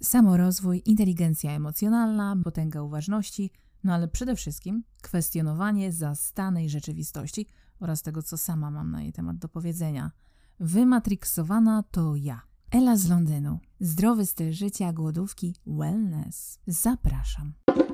samorozwój, inteligencja emocjonalna, potęga uważności, no ale przede wszystkim kwestionowanie zastanej rzeczywistości oraz tego, co sama mam na jej temat do powiedzenia. Wymatriksowana to ja. Ela z Londynu. Zdrowy styl życia, głodówki, wellness. Zapraszam.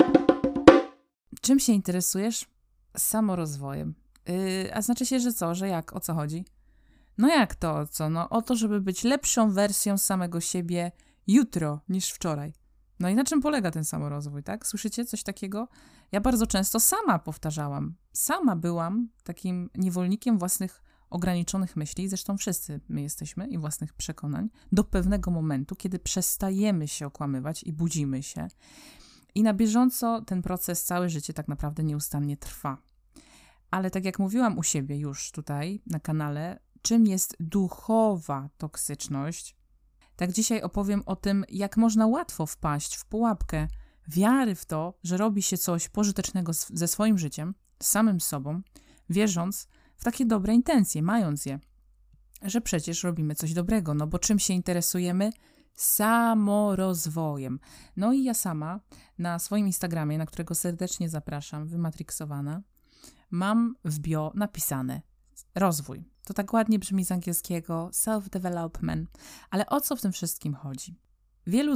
Czym się interesujesz? Samorozwojem. A znaczy się, że co? Że jak? O co chodzi? No jak to o co? No o to, żeby być lepszą wersją samego siebie jutro niż wczoraj. No i na czym polega ten samorozwój, tak? Słyszycie coś takiego? Ja bardzo często sama powtarzałam. Sama byłam takim niewolnikiem własnych ograniczonych myśli, zresztą wszyscy my jesteśmy, i własnych przekonań, do pewnego momentu, kiedy przestajemy się okłamywać i budzimy się. I na bieżąco ten proces całe życie tak naprawdę nieustannie trwa. Ale tak jak mówiłam u siebie już tutaj na kanale, czym jest duchowa toksyczność, tak dzisiaj opowiem o tym, jak można łatwo wpaść w pułapkę wiary w to, że robi się coś pożytecznego ze swoim życiem, z samym sobą, wierząc w takie dobre intencje, mając je, że przecież robimy coś dobrego, no bo czym się interesujemy? Samorozwojem. No i ja sama na swoim Instagramie, na którego serdecznie zapraszam, Wymatriksowana, mam w bio napisane rozwój. To tak ładnie brzmi z angielskiego self-development. Ale o co w tym wszystkim chodzi? Wielu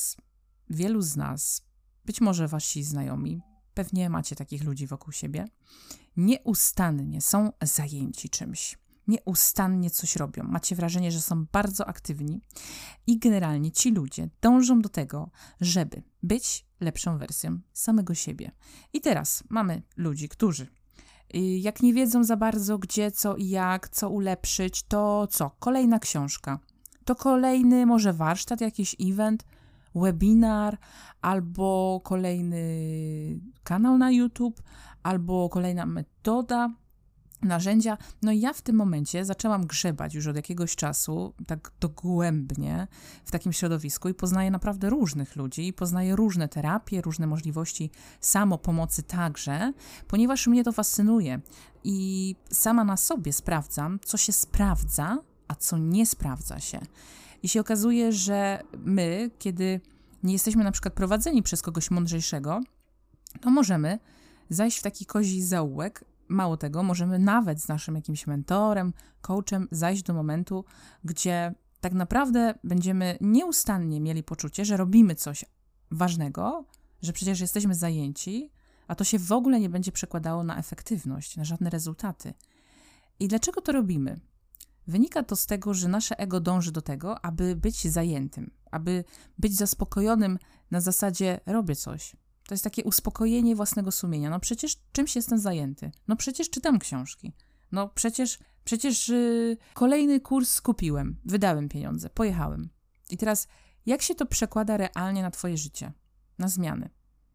z nas, być może wasi znajomi, pewnie macie takich ludzi wokół siebie, nieustannie są zajęci czymś. Nieustannie coś robią. Macie wrażenie, że są bardzo aktywni i generalnie ci ludzie dążą do tego, żeby być lepszą wersją samego siebie. I teraz mamy ludzi, którzy jak nie wiedzą za bardzo gdzie, co i jak, co ulepszyć, to co? Kolejna książka. To kolejny może warsztat, jakiś event, webinar, albo kolejny kanał na YouTube, albo kolejna metoda, narzędzia. No i ja w tym momencie zaczęłam grzebać już od jakiegoś czasu, tak dogłębnie w takim środowisku i poznaję naprawdę różnych ludzi, poznaję różne terapie, różne możliwości samopomocy także, ponieważ mnie to fascynuje i sama na sobie sprawdzam, co się sprawdza, a co nie sprawdza się. I się okazuje, że my, kiedy nie jesteśmy na przykład prowadzeni przez kogoś mądrzejszego, to możemy zajść w taki kozi zaułek. Mało tego, możemy nawet z naszym jakimś mentorem, coachem zajść do momentu, gdzie tak naprawdę będziemy nieustannie mieli poczucie, że robimy coś ważnego, że przecież jesteśmy zajęci, a to się w ogóle nie będzie przekładało na efektywność, na żadne rezultaty. I dlaczego to robimy? Wynika to z tego, że nasze ego dąży do tego, aby być zajętym, aby być zaspokojonym na zasadzie robię coś. To jest takie uspokojenie własnego sumienia. No przecież czymś jestem zajęty. No przecież czytam książki. No przecież kolejny kurs kupiłem, wydałem pieniądze, pojechałem. I teraz jak się to przekłada realnie na twoje życie? Na zmiany.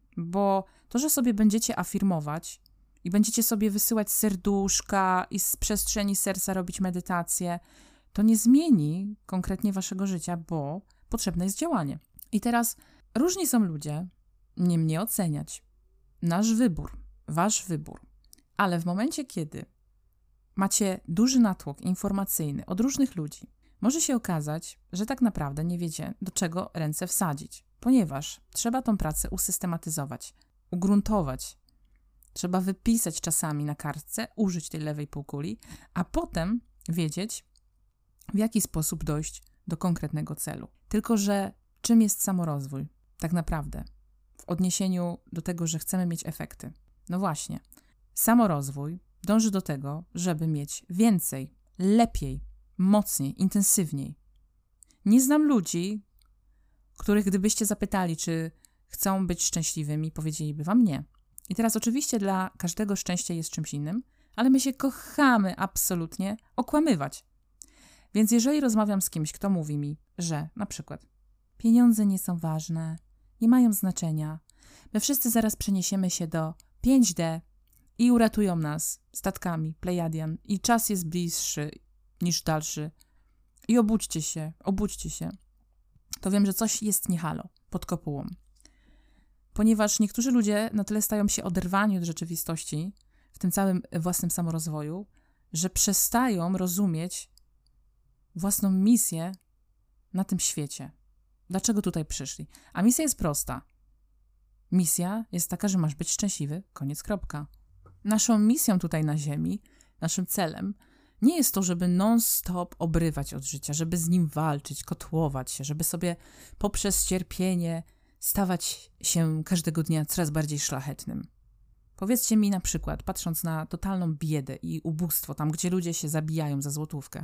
Bo to, że sobie będziecie afirmować i będziecie sobie wysyłać serduszka i z przestrzeni serca robić medytację, to nie zmieni konkretnie waszego życia, bo potrzebne jest działanie. I teraz różni są ludzie, nie mnie oceniać. Nasz wybór, wasz wybór. Ale w momencie, kiedy macie duży natłok informacyjny od różnych ludzi, może się okazać, że tak naprawdę nie wiecie, do czego ręce wsadzić, ponieważ trzeba tą pracę usystematyzować, ugruntować. Trzeba wypisać czasami na kartce, użyć tej lewej półkuli, a potem wiedzieć, w jaki sposób dojść do konkretnego celu. Tylko że czym jest samorozwój? Tak naprawdę. W odniesieniu do tego, że chcemy mieć efekty. No właśnie, samorozwój dąży do tego, żeby mieć więcej, lepiej, mocniej, intensywniej. Nie znam ludzi, których gdybyście zapytali, czy chcą być szczęśliwymi, powiedzieliby wam nie. I teraz oczywiście dla każdego szczęście jest czymś innym, ale my się kochamy absolutnie okłamywać. Więc jeżeli rozmawiam z kimś, kto mówi mi, że na przykład pieniądze nie są ważne, nie mają znaczenia. My wszyscy zaraz przeniesiemy się do 5D i uratują nas statkami Plejadian i czas jest bliższy niż dalszy. I obudźcie się. To wiem, że coś jest nie halo pod kopułą. Ponieważ niektórzy ludzie na tyle stają się oderwani od rzeczywistości w tym całym własnym samorozwoju, że przestają rozumieć własną misję na tym świecie. dlaczego tutaj przyszli. A misja jest prosta. Misja jest taka, że masz być szczęśliwy, koniec, kropka. Naszą misją tutaj na ziemi, naszym celem nie jest to, żeby non-stop obrywać od życia, żeby z nim walczyć, kotłować się, żeby sobie poprzez cierpienie stawać się każdego dnia coraz bardziej szlachetnym. Powiedzcie mi na przykład, patrząc na totalną biedę i ubóstwo, tam gdzie ludzie się zabijają za złotówkę,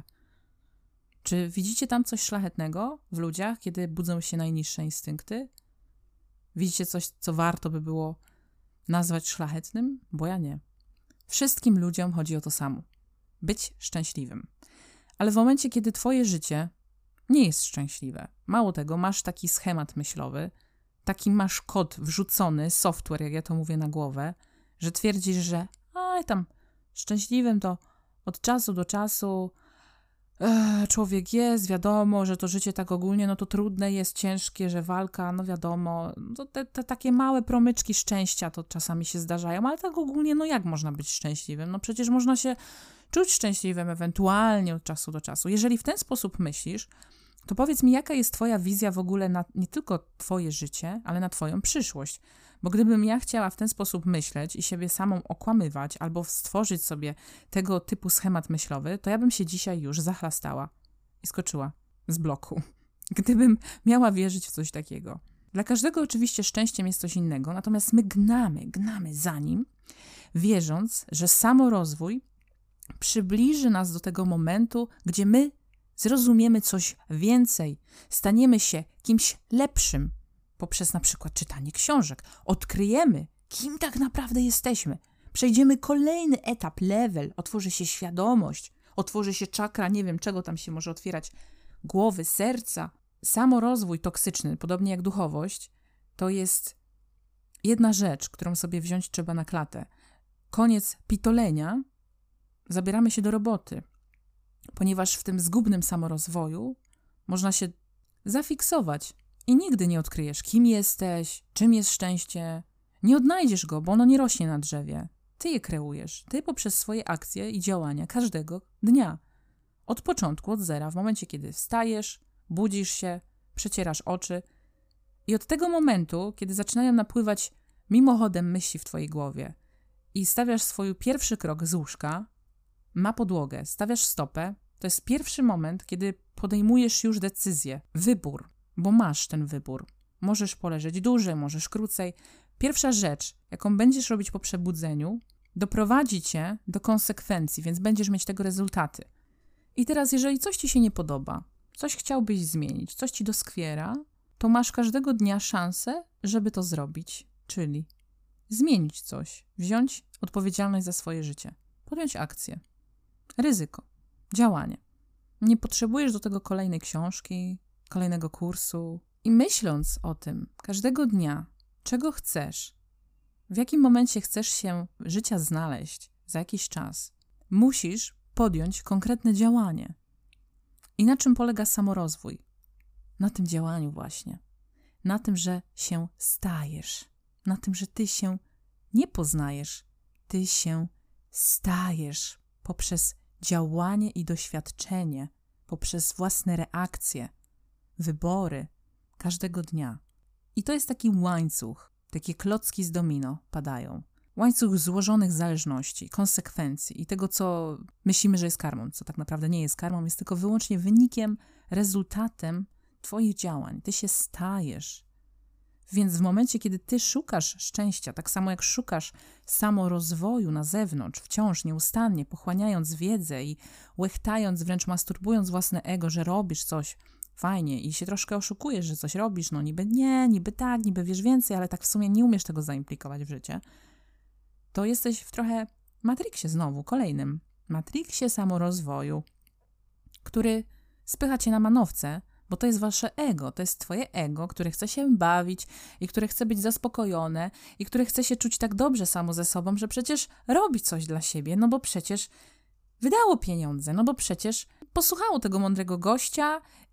czy widzicie tam coś szlachetnego w ludziach, kiedy budzą się najniższe instynkty? Widzicie coś, co warto by było nazwać szlachetnym? Bo ja nie. Wszystkim ludziom chodzi o to samo. Być szczęśliwym. Ale w momencie, kiedy twoje życie nie jest szczęśliwe, mało tego, masz taki schemat myślowy, taki masz kod wrzucony, software, jak ja to mówię na głowę, że twierdzisz, że tam szczęśliwym to od czasu do czasu człowiek jest, wiadomo, że to życie tak ogólnie, no to trudne jest, ciężkie, że walka, no wiadomo, to te takie małe promyczki szczęścia to czasami się zdarzają, ale tak ogólnie, no jak można być szczęśliwym? No przecież można się czuć szczęśliwym ewentualnie od czasu do czasu. Jeżeli w ten sposób myślisz, to powiedz mi, jaka jest twoja wizja w ogóle na nie tylko twoje życie, ale na twoją przyszłość. Bo gdybym ja chciała w ten sposób myśleć i siebie samą okłamywać albo stworzyć sobie tego typu schemat myślowy, to ja bym się dzisiaj już zachlastała i skoczyła z bloku. Gdybym miała wierzyć w coś takiego. Dla każdego oczywiście szczęściem jest coś innego, natomiast my gnamy za nim, wierząc, że samorozwój przybliży nas do tego momentu, gdzie my zrozumiemy coś więcej, staniemy się kimś lepszym poprzez na przykład czytanie książek, odkryjemy, kim tak naprawdę jesteśmy, przejdziemy kolejny etap, level, otworzy się świadomość, otworzy się czakra, nie wiem czego tam się może otwierać, głowy, serca. Samorozwój toksyczny, podobnie jak duchowość, to jest jedna rzecz, którą sobie wziąć trzeba na klatę. Koniec pitolenia, zabieramy się do roboty. Ponieważ w tym zgubnym samorozwoju można się zafiksować i nigdy nie odkryjesz, kim jesteś, czym jest szczęście. Nie odnajdziesz go, bo ono nie rośnie na drzewie. Ty je kreujesz, ty poprzez swoje akcje i działania każdego dnia. Od początku, od zera, w momencie, kiedy wstajesz, budzisz się, przecierasz oczy i od tego momentu, kiedy zaczynają napływać mimochodem myśli w twojej głowie i stawiasz swój pierwszy krok z łóżka, ma podłogę, stawiasz stopę, to jest pierwszy moment, kiedy podejmujesz już decyzję, wybór, bo masz ten wybór. Możesz poleżeć dłużej, możesz krócej. Pierwsza rzecz, jaką będziesz robić po przebudzeniu, doprowadzi cię do konsekwencji, więc będziesz mieć tego rezultaty. I teraz, jeżeli coś ci się nie podoba, coś chciałbyś zmienić, coś ci doskwiera, to masz każdego dnia szansę, żeby to zrobić, czyli zmienić coś, wziąć odpowiedzialność za swoje życie, podjąć akcję. Ryzyko, działanie. Nie potrzebujesz do tego kolejnej książki, kolejnego kursu. I myśląc o tym każdego dnia, czego chcesz, w jakim momencie chcesz się życia znaleźć za jakiś czas, musisz podjąć konkretne działanie. I na czym polega samorozwój? Na tym działaniu właśnie. Na tym, że się stajesz. Na tym, że ty się nie poznajesz. Ty się stajesz poprzez działanie i doświadczenie, poprzez własne reakcje, wybory każdego dnia. I to jest taki łańcuch, takie klocki z domino padają. Łańcuch złożonych zależności, konsekwencji i tego, co myślimy, że jest karmą, co tak naprawdę nie jest karmą, jest tylko wyłącznie wynikiem, rezultatem twoich działań. Ty się stajesz. Więc w momencie, kiedy ty szukasz szczęścia, tak samo jak szukasz samorozwoju na zewnątrz, wciąż nieustannie pochłaniając wiedzę i łechtając, wręcz masturbując własne ego, że robisz coś fajnie i się troszkę oszukujesz, że coś robisz, no niby nie, niby tak, niby wiesz więcej, ale tak w sumie nie umiesz tego zaimplikować w życie, to jesteś w trochę matriksie znowu, kolejnym matriksie samorozwoju, który spycha cię na manowce, bo to jest wasze ego, to jest twoje ego, które chce się bawić i które chce być zaspokojone i które chce się czuć tak dobrze samo ze sobą, że przecież robi coś dla siebie, no bo przecież wydało pieniądze, no bo przecież posłuchało tego mądrego gościa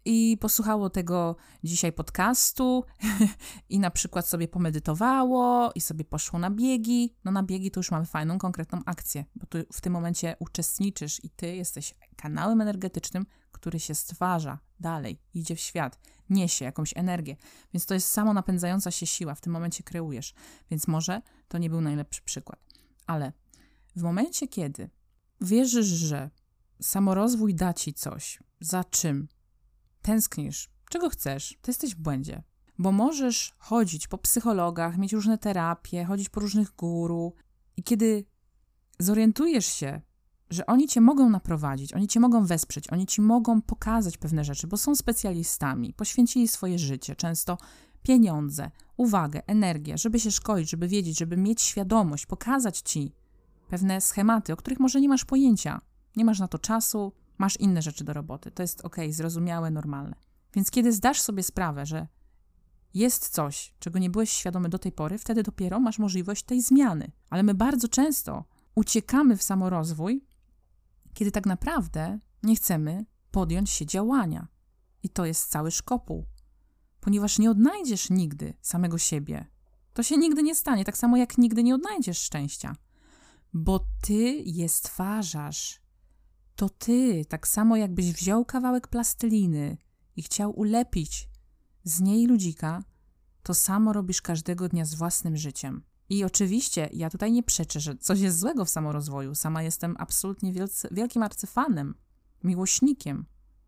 i posłuchało tego dzisiaj podcastu i na przykład sobie pomedytowało i sobie poszło na biegi. No na biegi to już mamy fajną, konkretną akcję, bo tu w tym momencie uczestniczysz i ty jesteś kanałem energetycznym, który się stwarza dalej, idzie w świat, niesie jakąś energię. Więc to jest samo napędzająca się siła, w tym momencie kreujesz. Więc może to nie był najlepszy przykład. Ale w momencie, kiedy wierzysz, że samorozwój da ci coś, za czym tęsknisz, czego chcesz, to jesteś w błędzie. Bo możesz chodzić po psychologach, mieć różne terapie, chodzić po różnych guru i kiedy zorientujesz się, że oni cię mogą naprowadzić, oni cię mogą wesprzeć, oni ci mogą pokazać pewne rzeczy, bo są specjalistami, poświęcili swoje życie, często pieniądze, uwagę, energię, żeby się szkolić, żeby wiedzieć, żeby mieć świadomość, pokazać ci pewne schematy, o których może nie masz pojęcia. Nie masz na to czasu, masz inne rzeczy do roboty. To jest okej, zrozumiałe, normalne. Więc kiedy zdasz sobie sprawę, że jest coś, czego nie byłeś świadomy do tej pory, wtedy dopiero masz możliwość tej zmiany. Ale my bardzo często uciekamy w samorozwój, kiedy tak naprawdę nie chcemy podjąć się działania. I to jest cały szkopuł. Ponieważ nie odnajdziesz nigdy samego siebie. To się nigdy nie stanie, tak samo jak nigdy nie odnajdziesz szczęścia. Bo ty je stwarzasz. To ty, tak samo jakbyś wziął kawałek plasteliny i chciał ulepić z niej ludzika, to samo robisz każdego dnia z własnym życiem. I oczywiście ja tutaj nie przeczę, że coś jest złego w samorozwoju. Sama jestem absolutnie wielkim arcyfanem, miłośnikiem.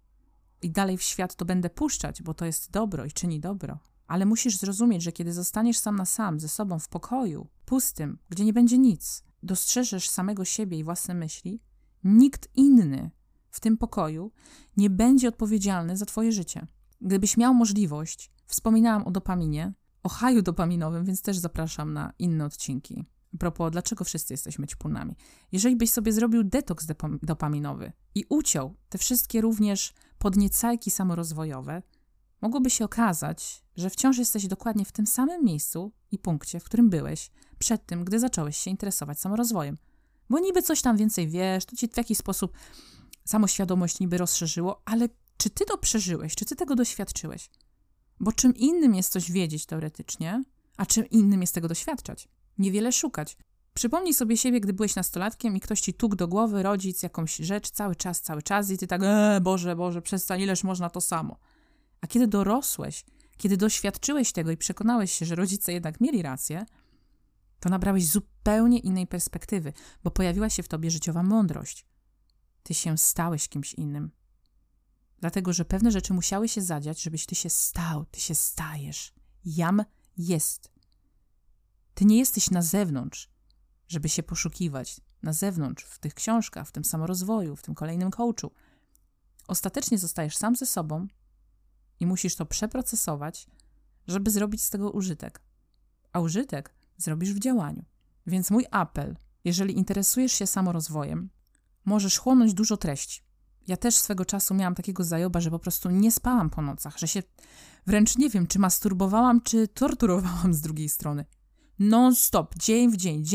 I dalej w świat to będę puszczać, bo to jest dobro i czyni dobro. Ale musisz zrozumieć, że kiedy zostaniesz sam na sam ze sobą w pokoju, pustym, gdzie nie będzie nic, dostrzeżesz samego siebie i własne myśli, nikt inny w tym pokoju nie będzie odpowiedzialny za twoje życie. Gdybyś miał możliwość, wspominałam o dopaminie, o haju dopaminowym, więc też zapraszam na inne odcinki. A propos, dlaczego wszyscy jesteśmy ćpunami. Jeżeli byś sobie zrobił detoks dopaminowy i uciął te wszystkie również podniecajki samorozwojowe, mogłoby się okazać, że wciąż jesteś dokładnie w tym samym miejscu i punkcie, w którym byłeś przed tym, gdy zacząłeś się interesować samorozwojem. Bo niby coś tam więcej wiesz, to ci w jakiś sposób samoświadomość niby rozszerzyło, ale czy ty to przeżyłeś, czy ty tego doświadczyłeś? Bo czym innym jest coś wiedzieć teoretycznie, a czym innym jest tego doświadczać. Niewiele szukać. Przypomnij sobie siebie, gdy byłeś nastolatkiem i ktoś ci tukł do głowy, rodzic, jakąś rzecz cały czas i ty tak, Boże, przestań, ileż można to samo. A kiedy dorosłeś, kiedy doświadczyłeś tego i przekonałeś się, że rodzice jednak mieli rację, to nabrałeś zupełnie innej perspektywy, bo pojawiła się w tobie życiowa mądrość. Ty się stałeś kimś innym. Dlatego, że pewne rzeczy musiały się zadziać, żebyś ty się stał, ty się stajesz. Jam jest. Ty nie jesteś na zewnątrz, żeby się poszukiwać. Na zewnątrz, w tych książkach, w tym samorozwoju, w tym kolejnym coachu. Ostatecznie zostajesz sam ze sobą i musisz to przeprocesować, żeby zrobić z tego użytek. A użytek zrobisz w działaniu. Więc mój apel, jeżeli interesujesz się samorozwojem, możesz chłonąć dużo treści. Ja też swego czasu miałam takiego zajoba, że po prostu nie spałam po nocach, że się wręcz nie wiem, czy masturbowałam, czy torturowałam z drugiej strony. Non-stop, dzień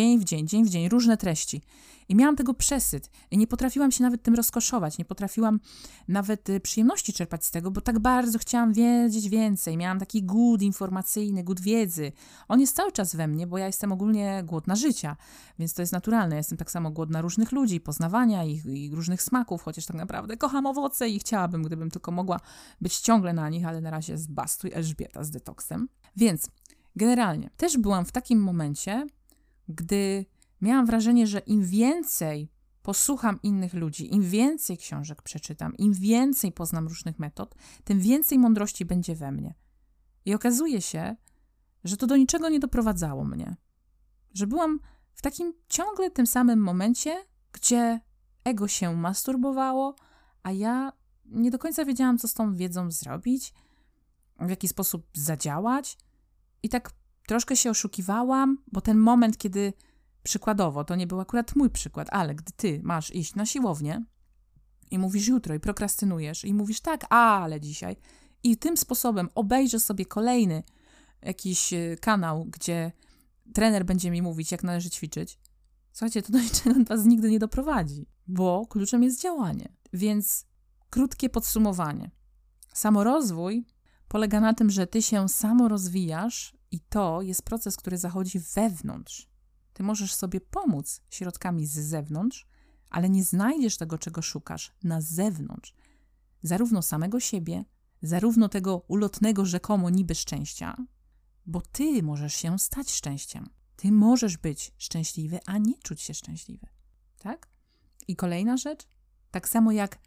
w dzień, różne treści. I miałam tego przesyt. I nie potrafiłam się nawet tym rozkoszować, nie potrafiłam nawet przyjemności czerpać z tego, bo tak bardzo chciałam wiedzieć więcej. Miałam taki głód informacyjny, głód wiedzy. On jest cały czas we mnie, bo ja jestem ogólnie głodna życia, więc to jest naturalne. Ja jestem tak samo głodna różnych ludzi, poznawania ich i różnych smaków, chociaż tak naprawdę kocham owoce i chciałabym, gdybym tylko mogła być ciągle na nich, ale na razie jest Bastuj Elżbieta z detoksem. Więc generalnie też byłam w takim momencie, gdy miałam wrażenie, że im więcej posłucham innych ludzi, im więcej książek przeczytam, im więcej poznam różnych metod, tym więcej mądrości będzie we mnie. I okazuje się, że to do niczego nie doprowadzało mnie. Że byłam w takim ciągle tym samym momencie, gdzie ego się masturbowało, a ja nie do końca wiedziałam, co z tą wiedzą zrobić, w jaki sposób zadziałać. I tak troszkę się oszukiwałam, bo ten moment, kiedy przykładowo, to nie był akurat mój przykład, ale gdy ty masz iść na siłownię i mówisz jutro i prokrastynujesz i mówisz tak, ale dzisiaj i tym sposobem obejrzę sobie kolejny jakiś kanał, gdzie trener będzie mi mówić, jak należy ćwiczyć, słuchajcie, to do niczego was nigdy nie doprowadzi, bo kluczem jest działanie. Więc krótkie podsumowanie. Samorozwój polega na tym, że ty się samorozwijasz i to jest proces, który zachodzi wewnątrz. Ty możesz sobie pomóc środkami z zewnątrz, ale nie znajdziesz tego, czego szukasz na zewnątrz. Zarówno samego siebie, zarówno tego ulotnego rzekomo niby szczęścia, bo ty możesz się stać szczęściem. Ty możesz być szczęśliwy, a nie czuć się szczęśliwy. Tak? I kolejna rzecz, tak samo jak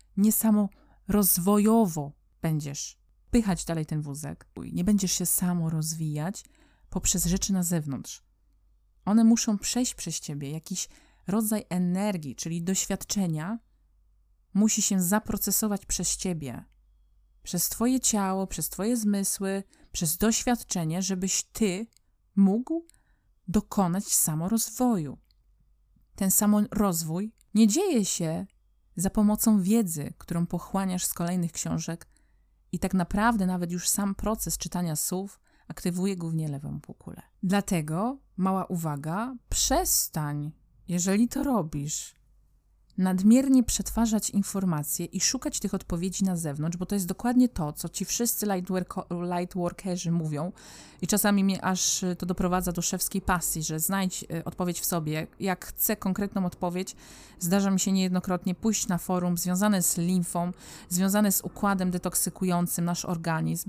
niesamorozwojowo będziesz pychać dalej ten wózek, nie będziesz się samo rozwijać poprzez rzeczy na zewnątrz. One muszą przejść przez ciebie, jakiś rodzaj energii, czyli doświadczenia musi się zaprocesować przez ciebie, przez twoje ciało, przez twoje zmysły, przez doświadczenie, żebyś ty mógł dokonać samorozwoju. Ten samorozwój nie dzieje się za pomocą wiedzy, którą pochłaniasz z kolejnych książek i tak naprawdę nawet już sam proces czytania słów aktywuje głównie lewą półkulę. Dlatego, mała uwaga, przestań, jeżeli to robisz, nadmiernie przetwarzać informacje i szukać tych odpowiedzi na zewnątrz, bo to jest dokładnie to, co ci wszyscy lightworkerzy mówią i czasami mnie aż to doprowadza do szewskiej pasji, że znajdź odpowiedź w sobie. Jak chcę konkretną odpowiedź, zdarza mi się niejednokrotnie pójść na forum związane z limfą, związane z układem detoksykującym nasz organizm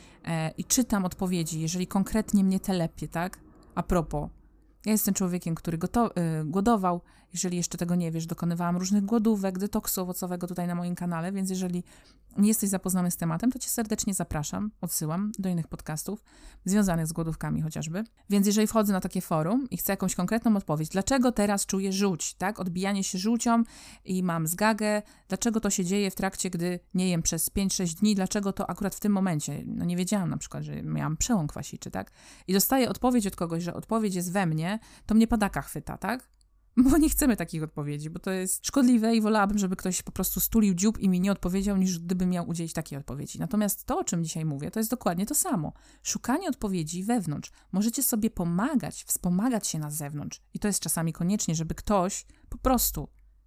i czytam odpowiedzi, jeżeli konkretnie mnie telepie, tak? A propos, ja jestem człowiekiem, który głodował. Jeżeli jeszcze tego nie wiesz, dokonywałam różnych głodówek, detoksu owocowego tutaj na moim kanale, więc jeżeli nie jesteś zapoznany z tematem, to cię serdecznie zapraszam, odsyłam do innych podcastów związanych z głodówkami chociażby. Więc jeżeli wchodzę na takie forum i chcę jakąś konkretną odpowiedź, dlaczego teraz czuję żółć, tak? Odbijanie się żółcią i mam zgagę, dlaczego to się dzieje w trakcie, gdy nie jem przez 5-6 dni, dlaczego to akurat w tym momencie, no nie wiedziałam na przykład, że miałam przełom kwasiczy, tak? I dostaję odpowiedź od kogoś, że odpowiedź jest we mnie, to mnie padaka chwyta, tak? Bo nie chcemy takich odpowiedzi, bo to jest szkodliwe i wolałabym, żeby ktoś po prostu stulił dziób i mi nie odpowiedział, niż gdyby miał udzielić takiej odpowiedzi. Natomiast to, o czym dzisiaj mówię, to jest dokładnie to samo. Szukanie odpowiedzi wewnątrz. Możecie sobie pomagać, wspomagać się na zewnątrz. I to jest czasami koniecznie, żeby ktoś po prostu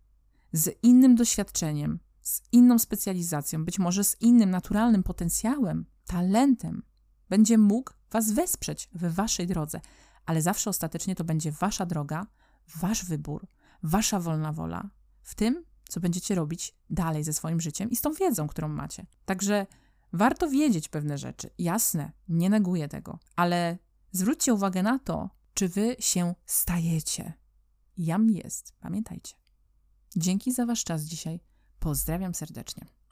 z innym doświadczeniem, z inną specjalizacją, być może z innym naturalnym potencjałem, talentem, będzie mógł was wesprzeć w waszej drodze. Ale zawsze ostatecznie to będzie wasza droga, wasz wybór, wasza wolna wola w tym, co będziecie robić dalej ze swoim życiem i z tą wiedzą, którą macie. Także warto wiedzieć pewne rzeczy. Jasne, nie neguję tego, ale zwróćcie uwagę na to, czy wy się stajecie. Jam jest, pamiętajcie. Dzięki za wasz czas dzisiaj. Pozdrawiam serdecznie.